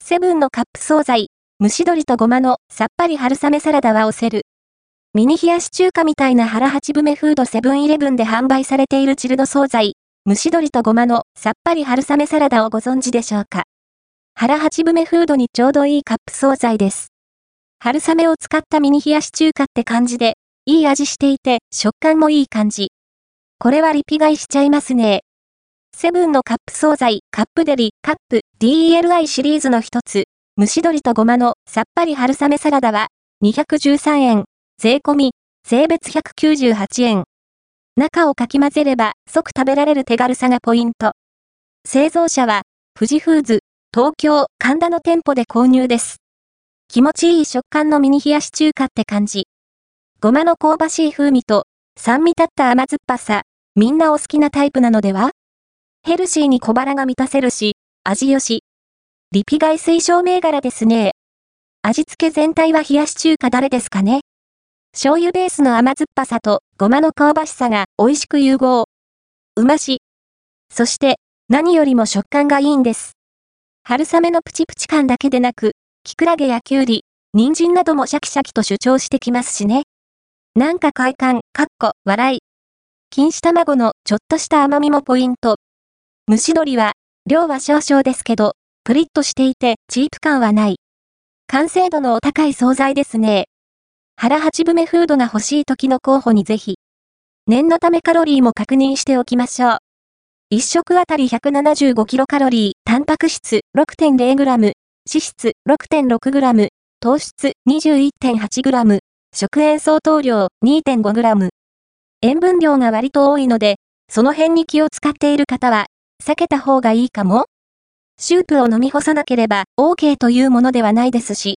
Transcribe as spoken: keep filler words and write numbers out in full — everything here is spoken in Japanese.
セブンのカップ惣菜、蒸し鶏とごまのさっぱり春雨サラダは押せる。ミニ冷やし中華みたいな腹八分目フードセブンイレブンで販売されているチルド惣菜、蒸し鶏とごまのさっぱり春雨サラダをご存知でしょうか。腹八分目フードにちょうどいいカップ惣菜です。春雨を使ったミニ冷やし中華って感じで、いい味していて食感もいい感じ。これはリピ買いしちゃいますね。セブンのカップ惣菜、カップデリ、カップ、ディーイーエルアイ シリーズの一つ、蒸し鶏とごまのさっぱり春雨サラダは、にひゃくじゅうさんえん、税込み、税別ひゃくきゅうじゅうはちえん。中をかき混ぜれば即食べられる手軽さがポイント。製造者は、富士フーズ、東京、神田の店舗で購入です。気持ちいい食感のミニ冷やし中華って感じ。ごまの香ばしい風味と、酸味立った甘酸っぱさ、みんなお好きなタイプなのでは？ヘルシーに小腹が満たせるし、味よし。リピ買い推奨銘柄ですね。味付け全体は冷やし中華誰ですかね。醤油ベースの甘酸っぱさとごまの香ばしさが美味しく融合。うまし。そして、何よりも食感がいいんです。春雨のプチプチ感だけでなく、キクラゲやキュウリ、人参などもシャキシャキと主張してきますしね。なんか快感、かっこ、笑い。錦糸卵のちょっとした甘みもポイント。蒸し鶏は、量は少々ですけど、プリッとしていてチープ感はない。完成度のお高い惣菜ですね。腹八分目フードが欲しい時の候補にぜひ。念のためカロリーも確認しておきましょう。いっ食あたり ひゃくななじゅうごキロカロリー、タンパク質 ろくてんれいグラム、脂質 ろくてんろくグラム、糖質 にじゅういってんはちグラム、食塩相当量 にてんごグラム。塩分量が割と多いので、その辺に気を使っている方は、避けた方がいいかも？スープを飲み干さなければ オーケー というものではないですし、